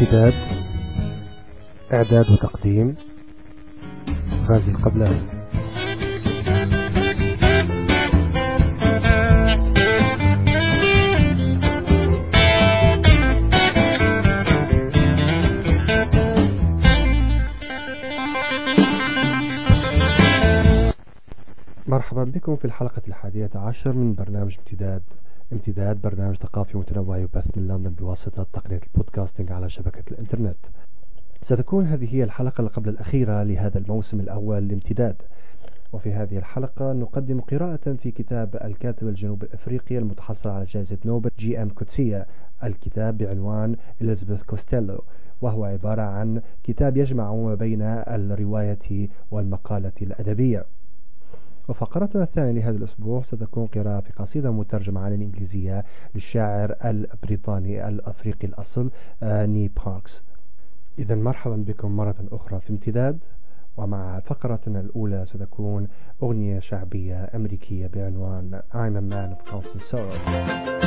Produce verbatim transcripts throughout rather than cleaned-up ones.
امتداد، إعداد وتقديم غازي القبلاني. مرحبا بكم في الحلقة الحادية عشر من برنامج امتداد. امتداد برنامج ثقافي متنوع يبث من لندن بواسطة تقنية البودكاستنج على شبكة الإنترنت. ستكون هذه هي الحلقة قبل الأخيرة لهذا الموسم الأول لامتداد، وفي هذه الحلقة نقدم قراءة في كتاب الكاتب الجنوب أفريقي المتحصل على جائزة نوبل جي أم كوتسية، الكتاب بعنوان إليزابيث كوستيلو، وهو عبارة عن كتاب يجمع ما بين الرواية والمقالة الأدبية. وفقرتنا الثانية لهذا الأسبوع ستكون قراءة في قصيدة مترجمة عن الإنجليزية للشاعر البريطاني الأفريقي الأصل ني باركس. إذا مرحبا بكم مرة أخرى في امتداد، ومع فقرتنا الأولى ستكون أغنية شعبية أمريكية بعنوان I'm a man of constant sorrow.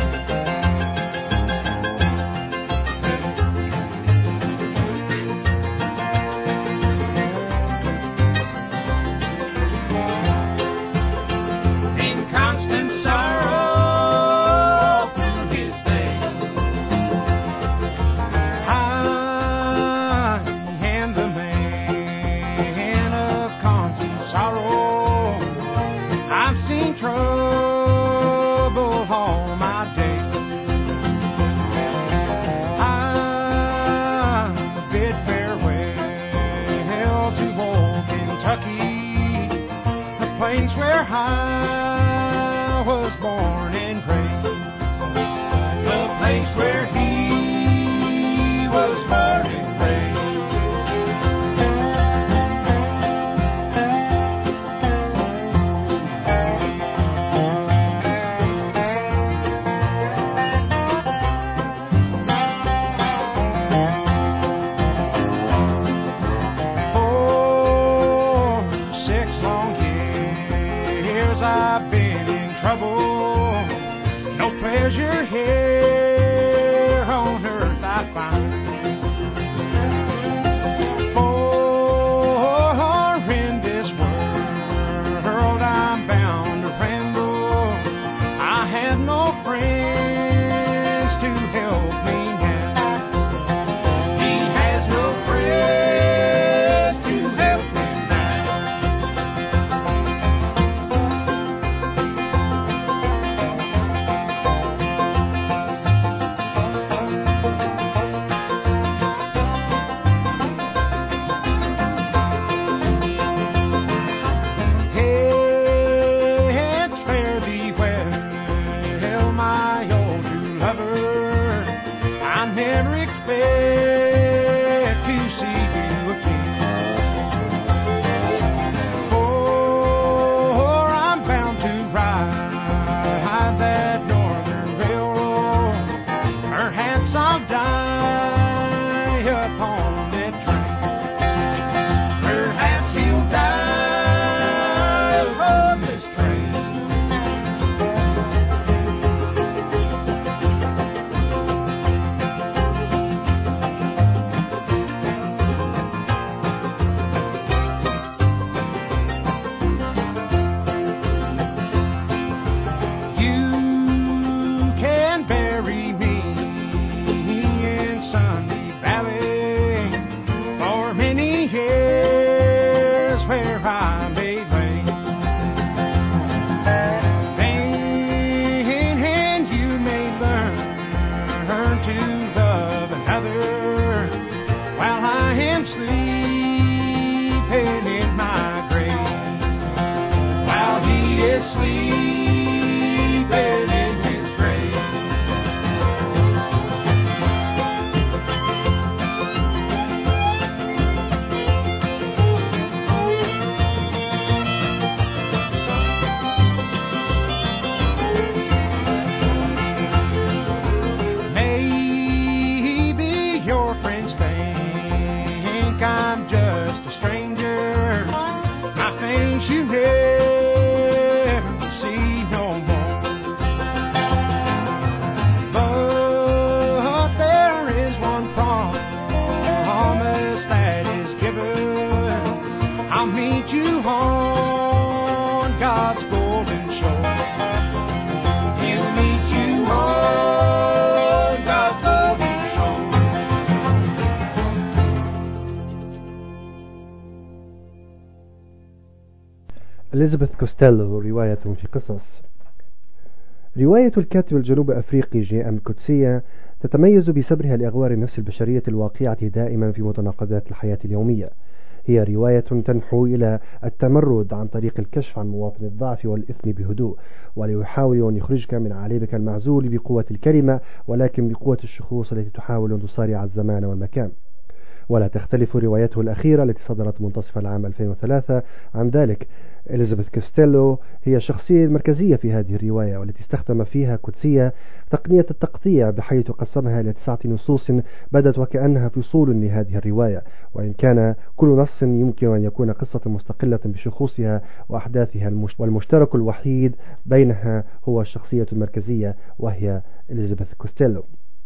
إليزابيث كوستيلو رواية في قصص. رواية الكاتب الجنوب أفريقي جي أم كوتسية تتميز بسبرها لأغوار النفس البشرية الواقعة دائما في متناقضات الحياة اليومية. هي رواية تنحو إلى التمرد عن طريق الكشف عن مواطن الضعف والإثم بهدوء، ويحاول أن يخرجك من عالمك المعزول بقوة الكلمة، ولكن بقوة الشخوص التي تحاول أن تصارع الزمان والمكان. ولا تختلف روايته الأخيرة التي صدرت منتصف العام ألفين وثلاثة عن ذلك. إليزابيث كوستيلو هي الشخصية المركزية في هذه الرواية، والتي استخدم فيها كوتسية تقنية التقطيع بحيث قسمها إلى تسعة نصوص بدت وكأنها فصول لهذه الرواية، وإن كان كل نص يمكن أن يكون قصة مستقلة بشخوصها وأحداثها، والمشترك الوحيد بينها هو الشخصية المركزية وهي إليزابيث كوستيلو.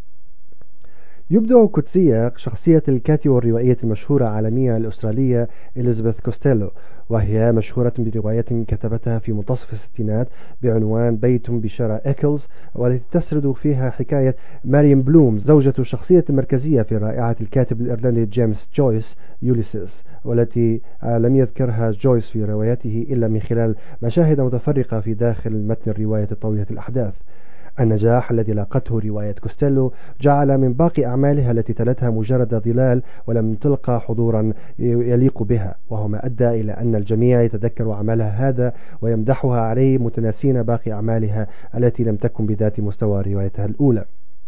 يبدع كوتسية شخصية الكاتبة والروائية المشهورة عالمية الأسترالية إليزابيث كوستيلو، وهي مشهورة برواية كتبتها في منتصف الستينات بعنوان بيت بشارع إيكلز، والتي تسرد فيها حكاية ماريم بلوم زوجة الشخصية المركزية في رائعة الكاتب الإيرلندي جيمس جويس يوليسيس، والتي لم يذكرها جويس في روايته إلا من خلال مشاهد متفرقة في داخل متن الرواية طويلة الأحداث. النجاح الذي لاقته رواية كوستيلو جعل من باقي أعمالها التي تلتها مجرد ظلال ولم تلقى حضورا يليق بها، وهو ما أدى إلى أن الجميع يتذكر عملها هذا ويمدحها عليه متناسين باقي أعمالها التي لم تكن بذات مستوى روايتها الأولى.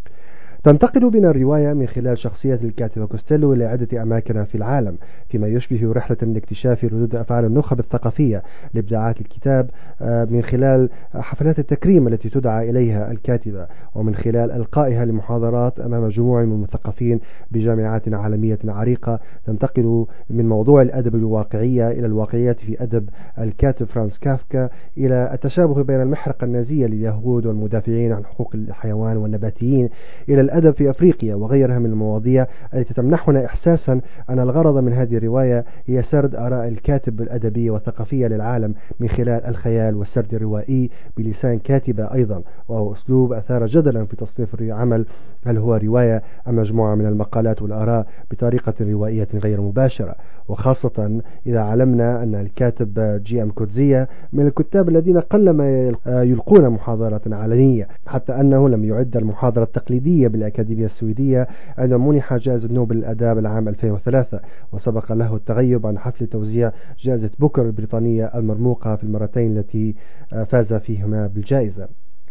تنتقل بنا الرواية من خلال شخصية الكاتبة كوستيلو إلى عدة أماكن في العالم، فيما يشبه رحلة لاكتشاف ردود أفعال النخب الثقافية لإبداعات الكتاب من خلال حفلات التكريم التي تدعى إليها الكاتبة، ومن خلال إلقائها لمحاضرات أمام جموع من المثقفين بجامعات عالمية عريقة. تنتقل من موضوع الأدب الواقعية إلى الواقعية في أدب الكاتب فرانس كافكا، إلى التشابه بين المحرقة النازية لليهود والمدافعين عن حقوق الحيوان والنباتيين، إلى الأدب في أفريقيا وغيرها من المواضيع التي تمنحنا إحساسا أن الغرض من هذه الرواية هي سرد آراء الكاتب الأدبية والثقافية للعالم من خلال الخيال والسرد الروائي بلسان كاتبة أيضا، وهو أسلوب أثار جدلا في تصنيف العمل، هل هو رواية أم مجموعة من المقالات والآراء بطريقة روائية غير مباشرة، وخاصة إذا علمنا أن الكاتب جي أم كوتسية من الكتاب الذين قلما يلقون محاضرة علنية، حتى أنه لم يعد المحاضرة التقليدية بالأكاديمية السويدية عندما منح جائزة نوبل للآداب العام ألفين وثلاثة، وسبق له التغيب عن حفل توزيع جائزة بوكر البريطانية المرموقة في المرتين التي فاز فيهما بالجائزة.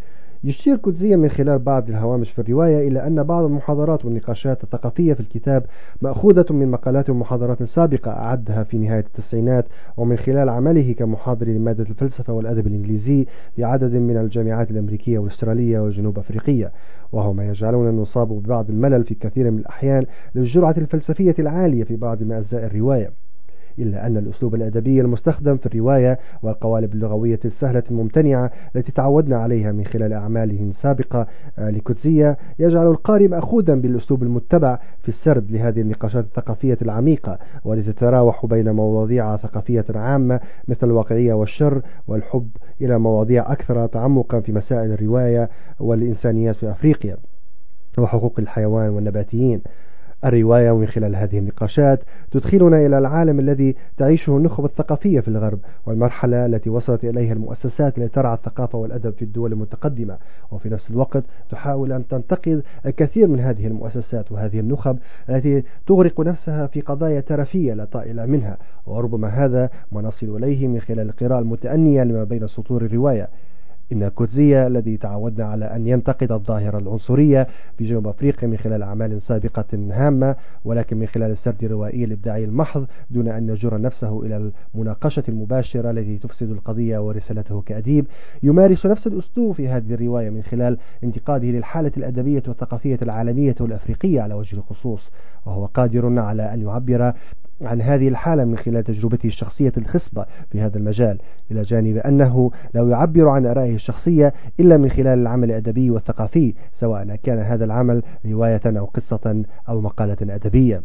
يشير كوتسية من خلال بعض الهوامش في الرواية إلى أن بعض المحاضرات والنقاشات الثقافية في الكتاب مأخوذة من مقالات ومحاضرات سابقة أعدها في نهاية التسعينات، ومن خلال عمله كمحاضر لمادة الفلسفة والأدب الإنجليزي في عدد من الجامعات الأمريكية والأسترالية والجنوب أفريقية، وهو ما يجعلنا نصاب ببعض الملل في كثير من الأحيان للجرعة الفلسفية العالية في بعض من أجزاء الرواية. إلا أن الأسلوب الأدبي المستخدم في الرواية والقوالب اللغوية السهلة الممتنعة التي تعودنا عليها من خلال أعماله السابقة لكوتسية يجعل القارئ مأخوذا بالأسلوب المتبع في السرد لهذه النقاشات الثقافية العميقة، والتي تتراوح بين مواضيع ثقافية عامة مثل الواقعية والشر والحب إلى مواضيع أكثر تعمقا في مسائل الرواية والإنسانيات في أفريقيا وحقوق الحيوان والنباتيين. الرواية من خلال هذه النقاشات تدخلنا إلى العالم الذي تعيشه النخب الثقافية في الغرب، والمرحلة التي وصلت إليها المؤسسات التي ترعى الثقافة والأدب في الدول المتقدمة، وفي نفس الوقت تحاول أن تنتقد الكثير من هذه المؤسسات وهذه النخب التي تغرق نفسها في قضايا ترفية لا طائل منها، وربما هذا ما نصل إليه من خلال القراءة المتأنية لما بين سطور الرواية. إن كوتسية الذي تعودنا على أن ينتقد الظاهرة العنصرية في جنوب أفريقيا من خلال أعمال سابقة هامة، ولكن من خلال السرد الروائي الإبداعي المحض دون أن يجر نفسه إلى المناقشة المباشرة التي تفسد القضية ورسالته كأديب، يمارس نفس الأسلوب في هذه الرواية من خلال انتقاده للحالة الأدبية والثقافية العالمية والأفريقية على وجه الخصوص، وهو قادر على أن يعبر عن هذه الحالة من خلال تجربته الشخصية الخصبة في هذا المجال، إلى جانب أنه لا يعبر عن آرائه الشخصية إلا من خلال العمل الأدبي والثقافي، سواء كان هذا العمل رواية أو قصة أو مقالة أدبية.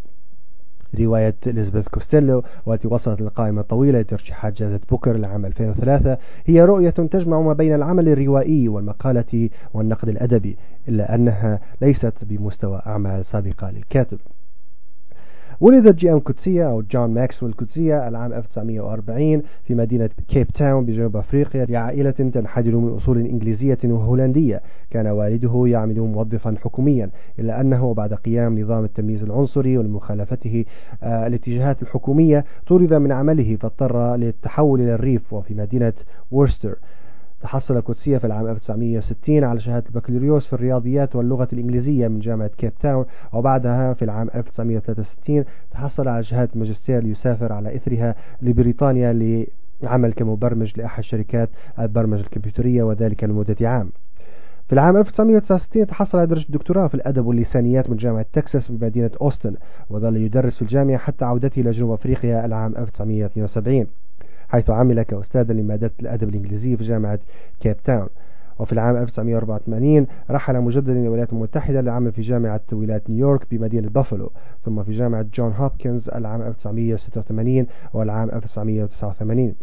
رواية إليزابيث كوستيلو والتي وصلت للقائمة الطويلة لترشيحات جائزة بوكر لعام ألفين وثلاثة هي رؤية تجمع ما بين العمل الروائي والمقالة والنقد الأدبي، إلا أنها ليست بمستوى أعمال سابقة للكاتب. ولد جي أم كوتسية أو جون ماكسويل كوتسية العام ألف وتسعمائة وأربعين في مدينة كيب تاون بجنوب أفريقيا لعائلة تنحدر من أصول إنجليزية وهولندية. كان والده يعمل موظفا حكوميا، إلا أنه بعد قيام نظام التمييز العنصري ولمخالفته آه الاتجاهات الحكومية طرد من عمله، فاضطر للتحول إلى الريف وفي مدينة وورستر. تحصل كوتسية في العام ألف وتسعمائة وستين على شهادة البكالوريوس في الرياضيات واللغة الإنجليزية من جامعة كيب تاون، وبعدها في العام ألف وتسعمائة وثلاثة وستين تحصل على شهادة ماجستير ليسافر على إثرها لبريطانيا لعمل كمبرمج لأحد شركات البرمجة الكمبيوترية، وذلك لمدة عام. في العام ألف وتسعمائة وتسعة وستين تحصل على درجة دكتوراه في الأدب واللسانيات من جامعة تكساس بمدينة أوستن، وظل يدرس في الجامعة حتى عودته إلى جنوب أفريقيا العام ألف وتسعمائة واثنين وسبعين، حيث عمل كأستاذا لمادة الأدب الإنجليزي في جامعة كيب تاون. وفي العام ألف وتسعمائة وأربعة وثمانين رحل مجددا إلى الولايات المتحدة للعمل في جامعة ولاية نيويورك بمدينة بافلو، ثم في جامعة جون هوبكنز العام ألف وتسعمائة وستة وثمانين والعام ألف وتسعمائة وتسعة وثمانين،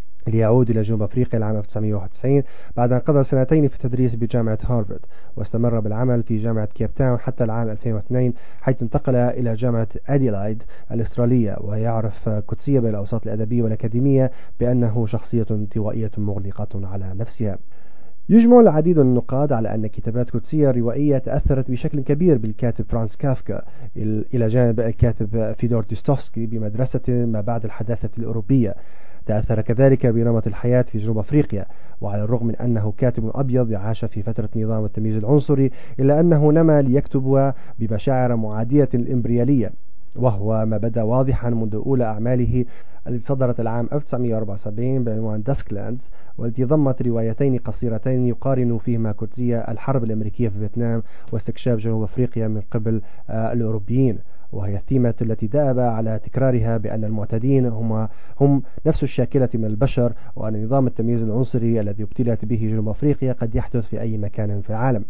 ليعود إلى جنوب أفريقيا العام ألف وتسعمائة وواحد وتسعين بعد أن قضى سنتين في التدريس بجامعة هارفارد، واستمر بالعمل في جامعة كيب تاون حتى العام ألفين واثنين حيث انتقل إلى جامعة أديلايد الأسترالية. ويعرف كوتسية بين الأوساط الأدبية والأكاديمية بأنه شخصية انطوائية مغلقة على نفسها. يجمع العديد من النقاد على أن كتابات كوتسية الروائية تأثرت بشكل كبير بالكاتب فرانس كافكا، إلى جانب الكاتب فيدور دوستوفسكي بمدرسة ما بعد الحداثة الأوروبية. تأثر كذلك بنمط الحياة في جنوب أفريقيا، وعلى الرغم من أنه كاتب أبيض عاش في فترة نظام التمييز العنصري، إلا أنه نما ليكتب بمشاعر معادية الإمبريالية، وهو ما بدا واضحا منذ أولى أعماله التي صدرت العام ألف وتسعمائة وأربعة وسبعين بعنوان داسكلاندز، والتي ضمت روايتين قصيرتين يقارن فيهما كوتسية الحرب الأمريكية في فيتنام واستكشاف جنوب أفريقيا من قبل الأوروبيين، وهي الثيمة التي دأب على تكرارها بأن المعتدين هم هم نفس الشاكلة من البشر، وأن نظام التمييز العنصري الذي ابتلت به جنوب أفريقيا قد يحدث في أي مكان في العالم.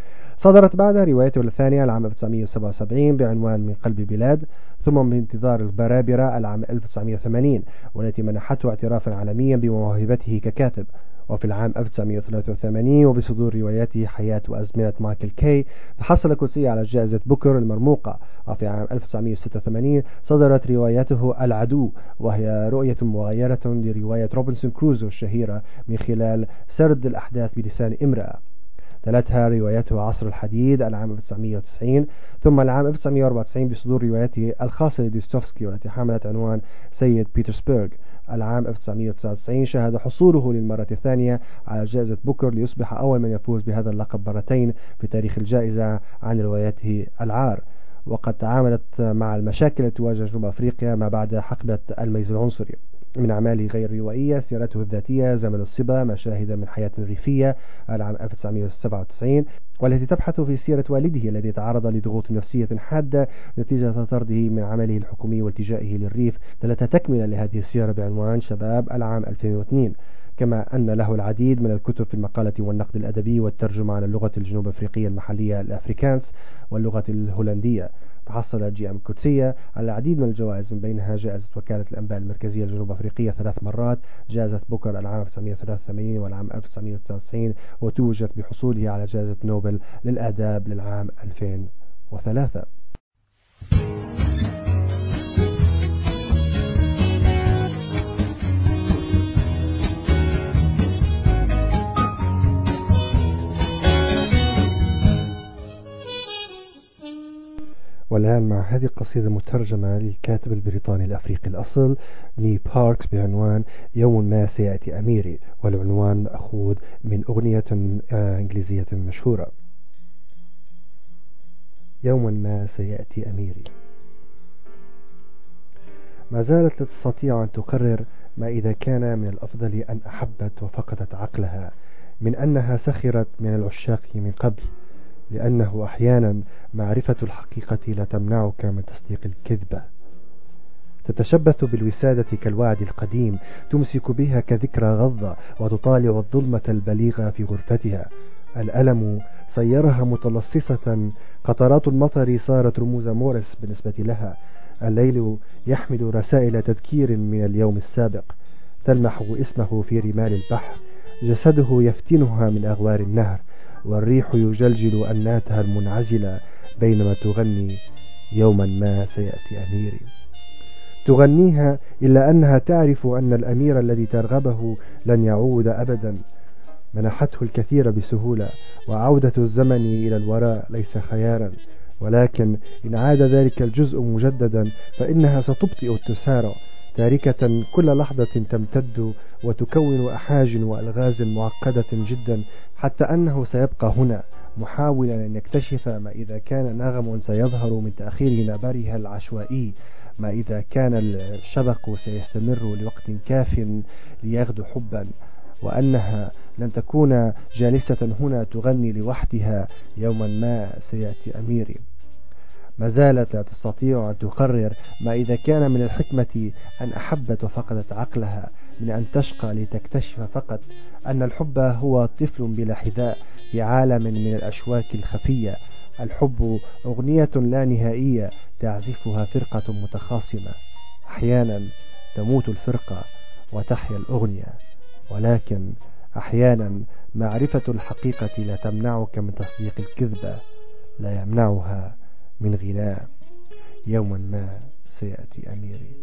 صدرت بعدها روايته الثانية العام ألف وتسعمائة وسبعة وسبعين بعنوان من قلب بلاد، ثم بانتظار البرابرة العام ألف وتسعمائة وثمانين، والتي منحته اعترافا عالميا بموهبته ككاتب. وفي العام ألف وتسعمائة وثلاثة وثمانين وبصدور روايته حياة وأزمنة مايكل كي تحصل كوتسية على جائزة بوكر المرموقة. وفي عام ألف وتسعمائة وستة وثمانين صدرت روايته العدو، وهي رؤية مغايرة لرواية روبنسون كروزو الشهيرة من خلال سرد الأحداث بلسان امرأة. تلتها روايته عصر الحديد العام ألف وتسعمائة وتسعين، ثم العام ألف وتسعمائة وأربعة وتسعين بصدور روايته الخاصة لدوستوفسكي والتي حملت عنوان سيد بيترسبرغ. العام ألف وتسعمائة وتسعة وتسعين شهد حصوله للمرة الثانية على جائزة بوكر ليصبح أول من يفوز بهذا اللقب مرتين في تاريخ الجائزة عن روايته العار. وقد تعاملت مع المشاكل التي تواجه جنوب أفريقيا ما بعد حقبة الميز العنصري. من أعماله غير روائية سيرته الذاتية زمن الصبا، مشاهد من حياة ريفية العام ألف وتسعمائة وسبعة وتسعين، والتي تبحث في سيرة والده الذي تعرض لضغوط نفسية حادة نتيجة طرده من عمله الحكومي والتجائه للريف. ثلاثة تكملة لهذه السيرة بعنوان شباب العام ألفين واثنين، كما أن له العديد من الكتب في المقالة والنقد الأدبي والترجمة على اللغة الجنوب أفريقية المحلية الأفريكانس واللغة الهولندية. تحصل جي أم كوتسية على العديد من الجوائز، من بينها جائزة وكالة الأنباء المركزية الجنوب أفريقية ثلاث مرات، جائزة بوكر العام ألف وتسعمائة وثلاثة وثمانين والعام ألف وتسعمائة وتسعة وتسعين، وتوجت بحصوله على جائزة نوبل للآداب للعام ألفين وثلاثة. والآن مع هذه القصيدة مترجمة للكاتب البريطاني الأفريقي الأصل ني باركس بعنوان يوم ما سيأتي أميري، والعنوان مأخوذ من أغنية إنجليزية مشهورة. يوم ما سيأتي أميري. ما زالت لا تستطيع أن تقرر ما إذا كان من الأفضل أن أحبت وفقدت عقلها من أنها سخرت من العشاق من قبل، لأنه أحيانا معرفة الحقيقة لا تمنعك من تصديق الكذبة. تتشبث بالوسادة كالوعد القديم، تمسك بها كذكرى غضة وتطالع الظلمة البليغة في غرفتها. الألم صيرها متلصصة، قطرات المطر صارت رموز مورس بالنسبة لها. الليل يحمل رسائل تذكير من اليوم السابق، تلمح اسمه في رمال البحر، جسده يفتنها من أغوار النهر، والريح يجلجل أناتها المنعزلة بينما تغني يوما ما سيأتي أميري. تغنيها إلا أنها تعرف أن الأمير الذي ترغبه لن يعود أبدا، منحته الكثير بسهولة، وعودة الزمن إلى الوراء ليس خيارا، ولكن إن عاد ذلك الجزء مجددا فإنها ستبطئ التسارع، تاركة كل لحظة تمتد وتكون أحاج وألغاز معقدة جدا، حتى أنه سيبقى هنا محاولا أن يكتشف ما إذا كان نغم سيظهر من تأخير نبرها العشوائي، ما إذا كان الشبق سيستمر لوقت كاف ليغدو حبا، وأنها لن تكون جالسة هنا تغني لوحدها يوما ما سيأتي أميري. ما زالت لا تستطيع أن تقرر ما إذا كان من الحكمة أن أحبت وفقدت عقلها من أن تشقى لتكتشف فقط أن الحب هو طفل بلا حذاء في عالم من الأشواك الخفية. الحب أغنية لا نهائية تعزفها فرقة متخاصمة، أحيانا تموت الفرقة وتحيا الأغنية، ولكن أحيانا معرفة الحقيقة لا تمنعك من تصديق الكذبة، لا يمنعها من غناء يوما ما سيأتي أميري.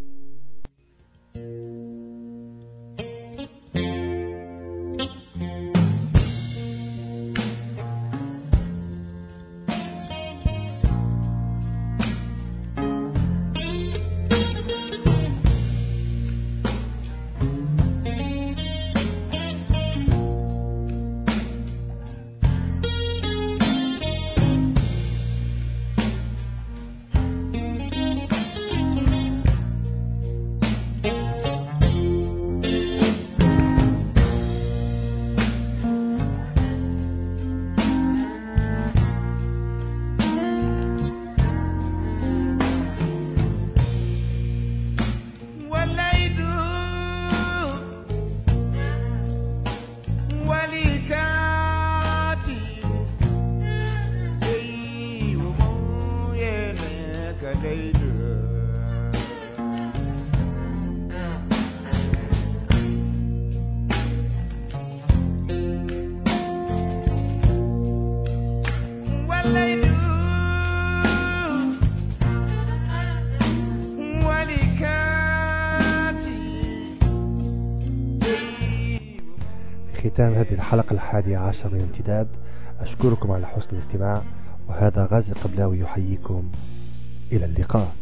ختام هذه الحلقة الحادية عشر من امتداد، أشكركم على حسن الاستماع، وهذا غازي قبلاوي يحييكم، إلى اللقاء.